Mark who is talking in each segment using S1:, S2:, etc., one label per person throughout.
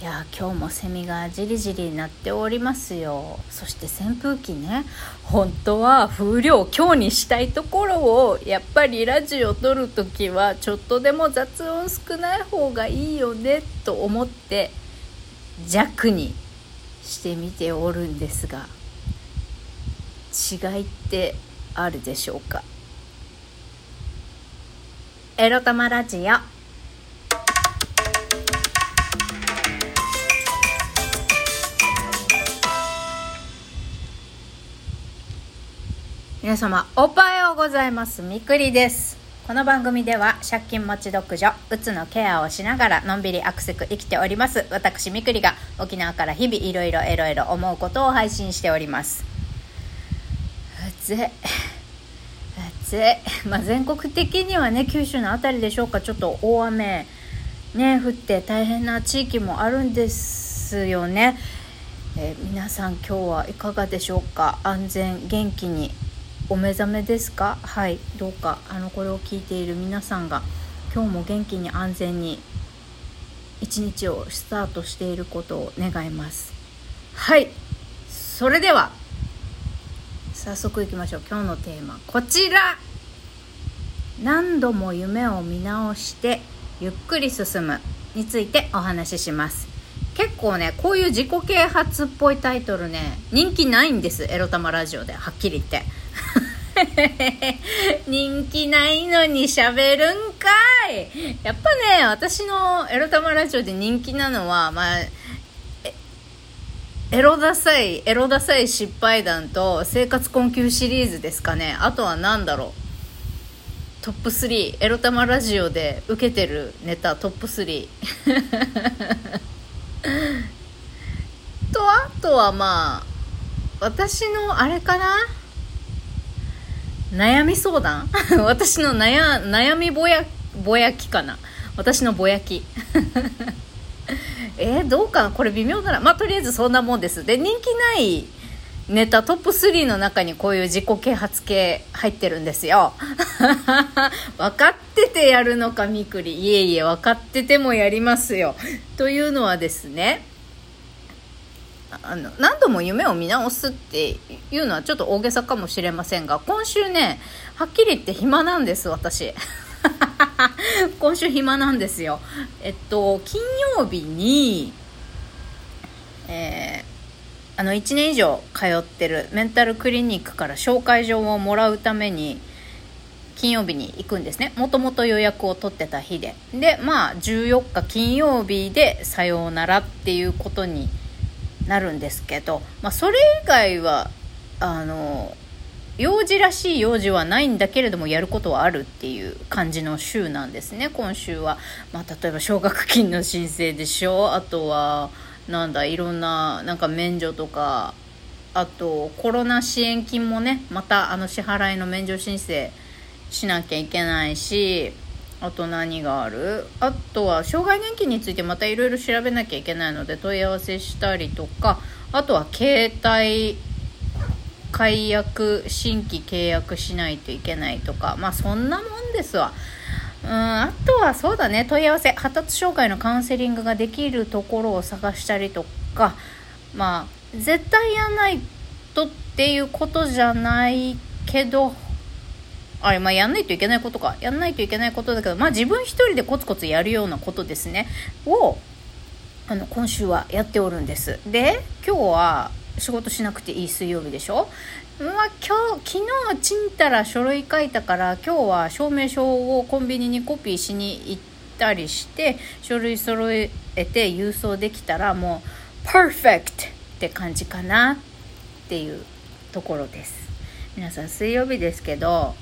S1: いや今日もセミがじりじり鳴っておりますよ。そして扇風機ね、本当は風量強にしたいところをやっぱりラジオ撮るときはちょっとでも雑音少ない方がいいよねと思って弱にしてみておるんですが、違いってあるでしょうか。エロ玉ラジオ。皆様おはようございます。みくりです。この番組では借金持ち独女うつのケアをしながらのんびりアクセク生きております私みくりが沖縄から日々いろいろエロエロ思うことを配信しております。暑い、全国的にはね、九州のあたりでしょうか、ちょっと大雨ね降って大変な地域もあるんですよね。皆さん今日はいかがでしょうか。安全元気にお目覚めですか。はい、どうかこれを聞いている皆さんが今日も元気に安全に一日をスタートしていることを願います。はい、それでは早速いきましょう。今日のテーマこちら。何度も夢を見直してゆっくり進むについてお話しします。結構ね、こういう自己啓発っぽいタイトルね、人気ないんです。エロ玉ラジオではっきり言って人気ないのに喋るんかい。やっぱね、私のエロ玉ラジオで人気なのは、エロダサい失敗談と生活困窮シリーズですかね。あとは何だろう、トップ3、エロ玉ラジオで受けてるネタトップ3あとは私のあれかな、悩み相談私の悩みぼやきかな、私のぼやきどうかな、これ微妙だな。とりあえずそんなもんです。で、人気ないネタトップ3の中にこういう自己啓発系入ってるんですよ分かっててやるのかみくり。いえ分かっててもやりますよ。というのはですね、何度も夢を見直すっていうのはちょっと大げさかもしれませんが、今週ね、はっきり言って暇なんです私今週暇なんですよ。金曜日に1年以上通ってるメンタルクリニックから紹介状をもらうために金曜日に行くんですね。もともと予約を取ってた日で14日金曜日でさようならっていうことになるんですけど、それ以外は用事らしい用事はないんだけれどもやることはあるっていう感じの週なんですね、今週は。例えば奨学金の申請でしょ、あとはいろんな免除とか、あとコロナ支援金もね、また支払いの免除申請しなきゃいけないし、あと何がある、あとは障害年金についてまたいろいろ調べなきゃいけないので問い合わせしたりとか、あとは携帯解約、新規契約しないといけないとか、そんなもんですわ。あとはそうだね、問い合わせ、発達障害のカウンセリングができるところを探したりとか、絶対やんないとっていうことじゃないけど、やんないといけないことか、やんないといけないことだけど、自分一人でコツコツやるようなことですねを今週はやっておるんです。で、今日は仕事しなくていい水曜日でしょ。昨日ちんたら書類書いたから、今日は証明書をコンビニにコピーしに行ったりして書類揃えて郵送できたらもうパーフェクトって感じかなっていうところです。皆さん水曜日ですけど、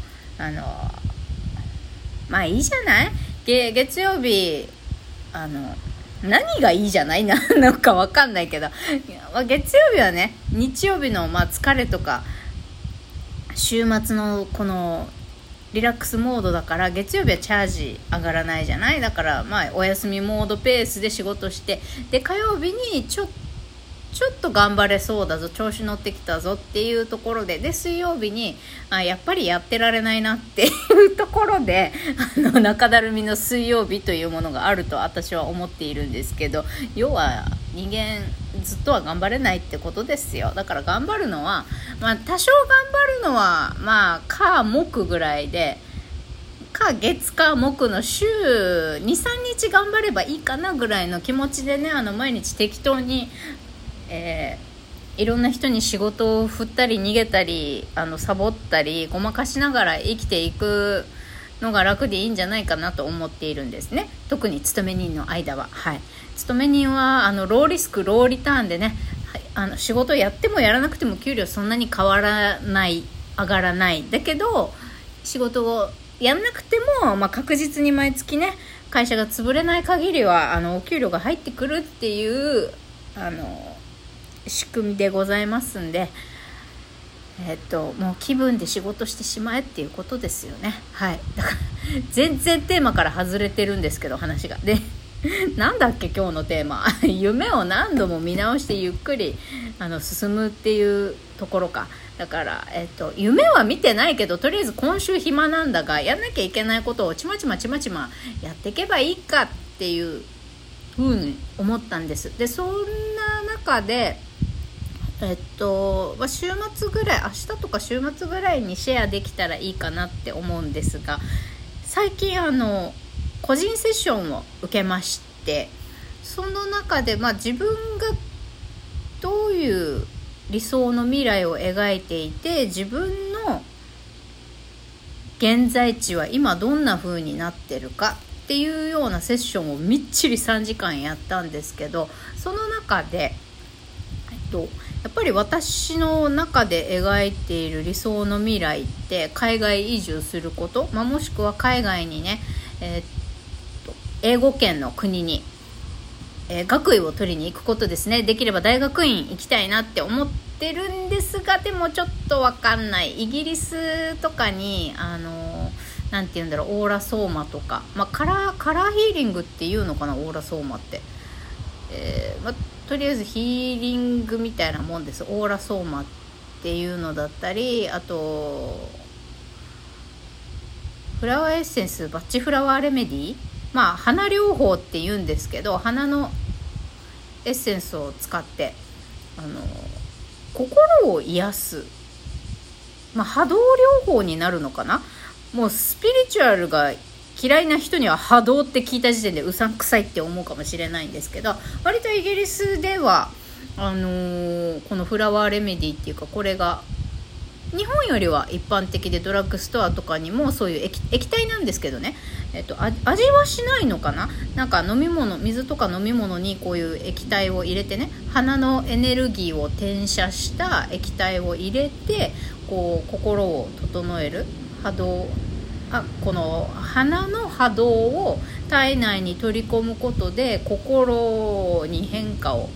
S1: いいじゃない。月曜日何がいいじゃないなのか分かんないけど、月曜日はね、日曜日の疲れとか週末のこのリラックスモードだから、月曜日はチャージ上がらないじゃない。だからお休みモードペースで仕事して、で火曜日にちょっちょっと頑張れそうだぞ、調子乗ってきたぞっていうところで水曜日にやっぱりやってられないなっていうところで中だるみの水曜日というものがあると私は思っているんですけど、要は人間ずっとは頑張れないってことですよ。だから頑張るのは、多少頑張るのは火木ぐらいで、月火木の週 2,3 日頑張ればいいかなぐらいの気持ちでね、毎日適当に、いろんな人に仕事を振ったり逃げたりサボったりごまかしながら生きていくのが楽でいいんじゃないかなと思っているんですね。特に勤め人の間は。勤め人はローリスクローリターンでね、仕事やってもやらなくても給料そんなに変わらない、上がらない。だけど仕事をやんなくても、確実に毎月ね、会社が潰れない限りはお給料が入ってくるっていう仕組みでございますんで、もう気分で仕事してしまえっていうことですよね。だから全然テーマから外れてるんですけど、話がでなんだっけ今日のテーマ夢を何度も見直してゆっくり進むっていうところか。だから、夢は見てないけど、とりあえず今週暇なんだがやんなきゃいけないことをちまちまやっていけばいいかっていうふうに思ったんです。でそんな中で週末ぐらい、明日とか週末ぐらいにシェアできたらいいかなって思うんですが、最近個人セッションを受けまして、その中で自分がどういう理想の未来を描いていて、自分の現在地は今どんな風になってるかっていうようなセッションをみっちり3時間やったんですけど、その中でやっぱり私の中で描いている理想の未来って海外移住すること、もしくは海外にね、英語圏の国に、学位を取りに行くことですね。できれば大学院行きたいなって思ってるんですが、でもちょっとわかんない。イギリスとかになんて言うんだろう、オーラソーマとか、カラーヒーリングっていうのかな、オーラソーマって、とりあえずヒーリングみたいなもんです。オーラソーマっていうのだったり、あとフラワーエッセンス、バッチフラワーレメディ、花療法って言うんですけど、花のエッセンスを使って心を癒す、波動療法になるのかな。もうスピリチュアルが嫌いな人には波動って聞いた時点でうさんくさいって思うかもしれないんですけど、割とイギリスではこのフラワーレメディっていうか、これが日本よりは一般的で、ドラッグストアとかにもそういう液体なんですけどね、味はしないのかな。なんか飲み物、水とか飲み物にこういう液体を入れてね、花のエネルギーを転写した液体を入れて、こう心を整える波動、この花の波動を体内に取り込むことで心に変化を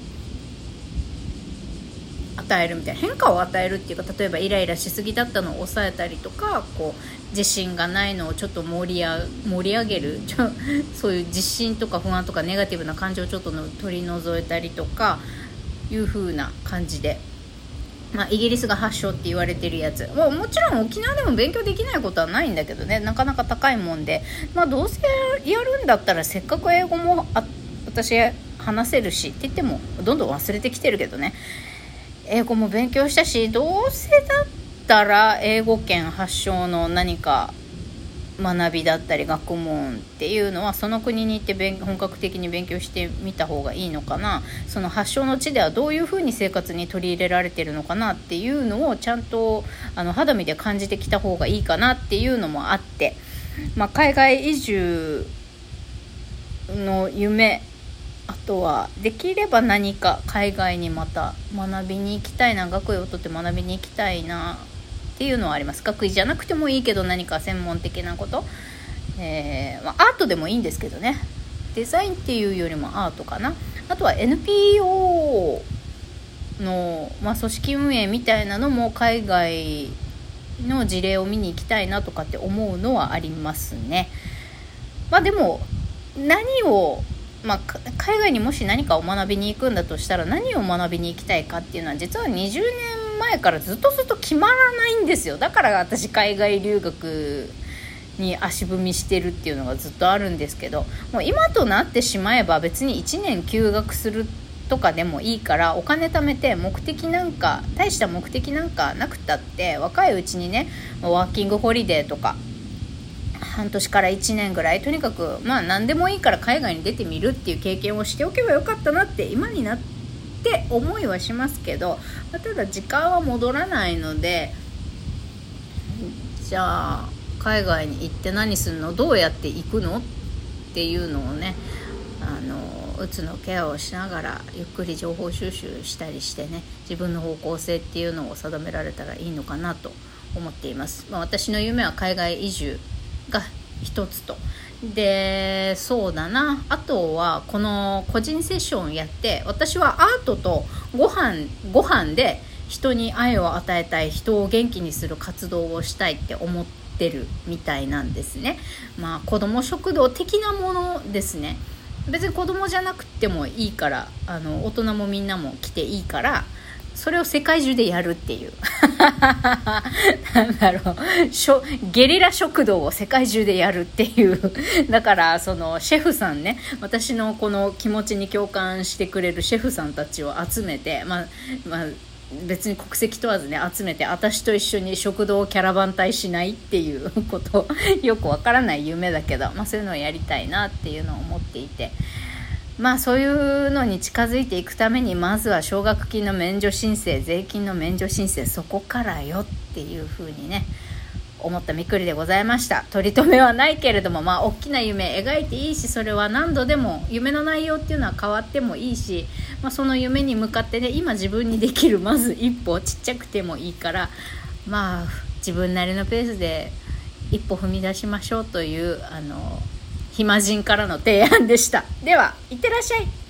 S1: 与えるみたいな。変化を与えるっていうか、例えばイライラしすぎだったのを抑えたりとか、自信がないのをちょっと盛り上げるそういう自信とか不安とかネガティブな感情をちょっと取り除いたりとかいう風な感じで、イギリスが発祥って言われてるやつ、もちろん沖縄でも勉強できないことはないんだけどね、なかなか高いもんで、どうせやるんだったらせっかく英語も私話せるしって言ってもどんどん忘れてきてるけどね、英語も勉強したし、どうせだったら英語圏発祥の何か学びだったり学問っていうのはその国に行って本格的に勉強してみた方がいいのかな。その発祥の地ではどういうふうに生活に取り入れられてるのかなっていうのをちゃんと肌身で感じてきた方がいいかなっていうのもあって、海外移住の夢、あとはできれば何か海外にまた学びに行きたいな、学位を取って学びに行きたいなっていうのはあります。学位じゃなくてもいいけど何か専門的なこと、アートでもいいんですけどね、デザインっていうよりもアートかな。あとは NPO の、組織運営みたいなのも海外の事例を見に行きたいなとかって思うのはありますね。でも何を海外にもし何かを学びに行くんだとしたら何を学びに行きたいかっていうのは実は20年前からずっと決まらないんですよ。だから私海外留学に足踏みしてるっていうのがずっとあるんですけど、もう今となってしまえば別に1年休学するとかでもいいからお金貯めて大した目的なんかなくたって若いうちにねワーキングホリデーとか半年から1年ぐらいとにかく何でもいいから海外に出てみるっていう経験をしておけばよかったなって今になって思いはしますけど、ただ時間は戻らないので、じゃあ海外に行って何するの、どうやって行くのっていうのをねうつのケアをしながらゆっくり情報収集したりしてね、自分の方向性っていうのを定められたらいいのかなと思っています。私の夢は海外移住が一つと、でそうだな、あとはこの個人セッションやって、私はアートとご飯で人に愛を与えたい、人を元気にする活動をしたいって思ってるみたいなんですね。子ども食堂的なものですね。別に子供じゃなくてもいいから、大人もみんなも来ていいから、それを世界中でやるっていうなんだろう、ゲリラ食堂を世界中でやるっていうだからそのシェフさんね、私のこの気持ちに共感してくれるシェフさんたちを集めて、別に国籍問わずね集めて、私と一緒に食堂キャラバン隊しないっていうことよくわからない夢だけど、そういうのをやりたいなっていうのを思っていて、そういうのに近づいていくためにまずは奨学金の免除申請、税金の免除申請、そこからよっていう風にね思ったみくりでございました。取り留めはないけれども、大きな夢描いていいし、それは何度でも夢の内容っていうのは変わってもいいし、その夢に向かってね、今自分にできるまず一歩、ちっちゃくてもいいから、自分なりのペースで一歩踏み出しましょうという暇人からの提案でした。では、いってらっしゃい。